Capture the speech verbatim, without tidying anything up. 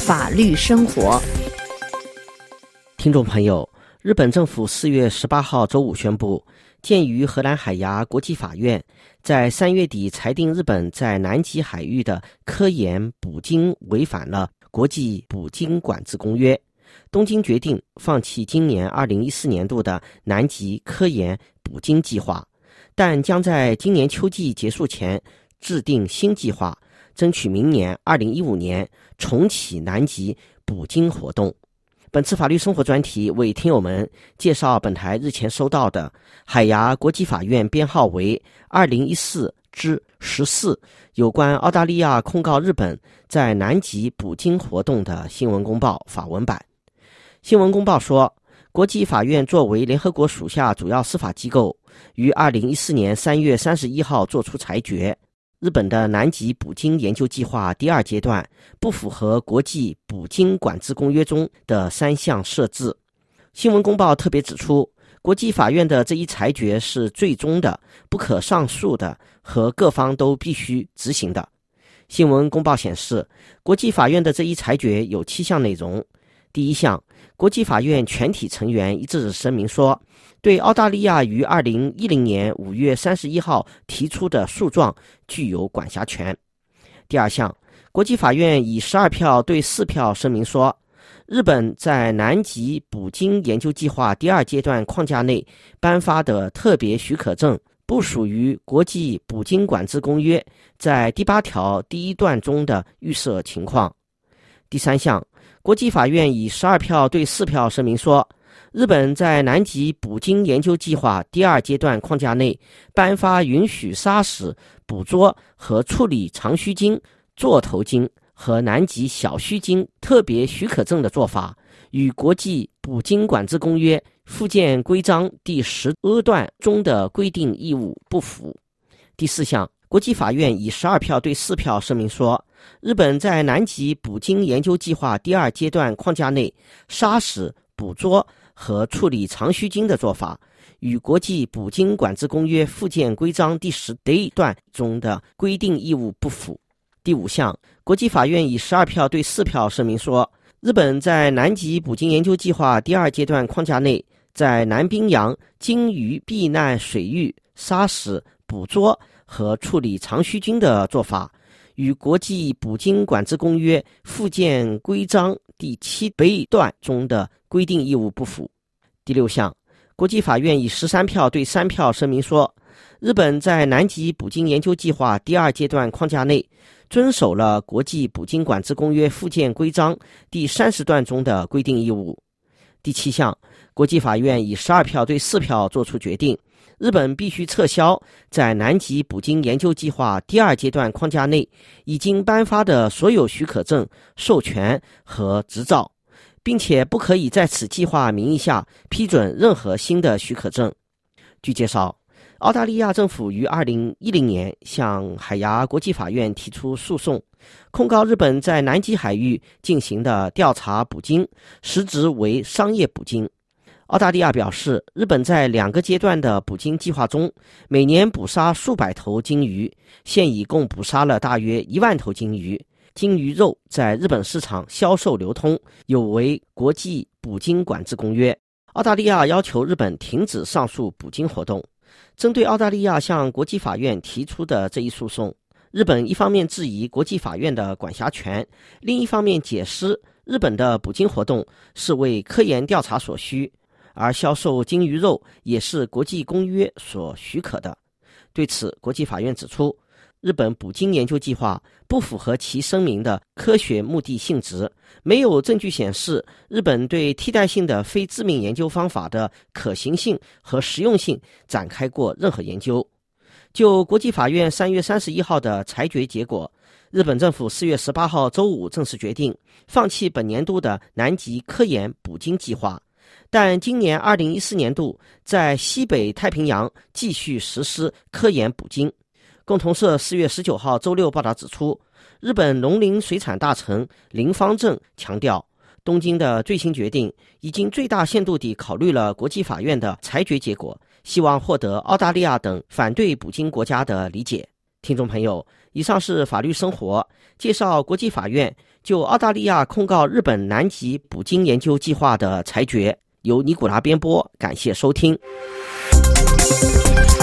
法律生活。 听众朋友，日本政府四月十八号周五宣布，鉴于荷兰海牙国际法院在三月底裁定日本在南极海域的科研捕鲸违反了国际捕鲸管制公约，东京决定放弃今年二零一四年度的南极科研捕鲸计划，但将在今年秋季结束前制定新计划，争取明年二零一五年重启南极捕鲸活动。本次法律生活专题为听友们介绍本台日前收到的海牙国际法院编号为二零一四之十四有关澳大利亚控告日本在南极捕鲸活动的新闻公报法文版。新闻公报说，国际法院作为联合国属下主要司法机构，于二零一四年三月三十一号作出裁决，日本的南极捕鲸研究计划第二阶段不符合国际捕鲸管制公约中的三项设置。新闻公报特别指出，国际法院的这一裁决是最终的、不可上诉的和各方都必须执行的。新闻公报显示，国际法院的这一裁决有七项内容。第一项，国际法院全体成员一致声明说，对澳大利亚于二零一零年五月三十一号提出的诉状具有管辖权。第二项，国际法院以十二票对四票声明说，日本在南极捕鲸研究计划第二阶段框架内颁发的特别许可证不属于国际捕鲸管制公约在第八条第一段中的预设情况。第三项，国际法院以十二票对四票声明说，日本在南极捕鲸研究计划第二阶段框架内颁发允许杀死、捕捉和处理长须鲸、座头鲸和南极小须鲸特别许可证的做法，与国际捕鲸管制公约附件规章第十段中的规定义务不符。第四项，国际法院以十二票对四票声明说，日本在南极捕鲸研究计划第二阶段框架内杀死、捕捉和处理长须鲸的做法，与国际捕鲸管制公约附件规章第十段中的规定义务不符。第五项，国际法院以十二票对四票声明说，日本在南极捕鲸研究计划第二阶段框架内，在南冰洋鲸鱼避难水域杀死、捕捉和处理长须鲸的做法，与国际捕鲸管制公约附件规章第七段中的规定义务不符。第六项，国际法院以十三票对三票声明说，日本在南极捕鲸研究计划第二阶段框架内遵守了国际捕鲸管制公约附件规章第三十段中的规定义务。第七项，国际法院以十二票对四票作出决定，日本必须撤销在南极捕鲸研究计划第二阶段框架内已经颁发的所有许可证、授权和执照，并且不可以在此计划名义下批准任何新的许可证。据介绍，澳大利亚政府于二零一零年向海牙国际法院提出诉讼，控告日本在南极海域进行的调查捕鲸实质为商业捕鲸。澳大利亚表示，日本在两个阶段的捕鲸计划中，每年捕杀数百头鲸鱼，现已共捕杀了大约一万头鲸鱼。鲸鱼肉在日本市场销售流通，有违国际捕鲸管制公约。澳大利亚要求日本停止上述捕鲸活动。针对澳大利亚向国际法院提出的这一诉讼，日本一方面质疑国际法院的管辖权，另一方面解释日本的捕鲸活动是为科研调查所需，而销售鲸鱼肉也是国际公约所许可的。对此，国际法院指出，日本捕鲸研究计划不符合其声明的科学目的性质，没有证据显示日本对替代性的非致命研究方法的可行性和实用性展开过任何研究。就国际法院三月三十一号的裁决结果，日本政府四月十八号周五正式决定放弃本年度的南极科研捕鲸计划，但今年二零一四年度在西北太平洋继续实施科研捕鲸。共同社四月十九号周六报道指出，日本农林水产大臣林方正强调，东京的最新决定已经最大限度地考虑了国际法院的裁决结果，希望获得澳大利亚等反对捕鲸国家的理解。听众朋友，以上是法律生活介绍国际法院就澳大利亚控告日本南极捕鲸研究计划的裁决，由尼古拉编播，感谢收听。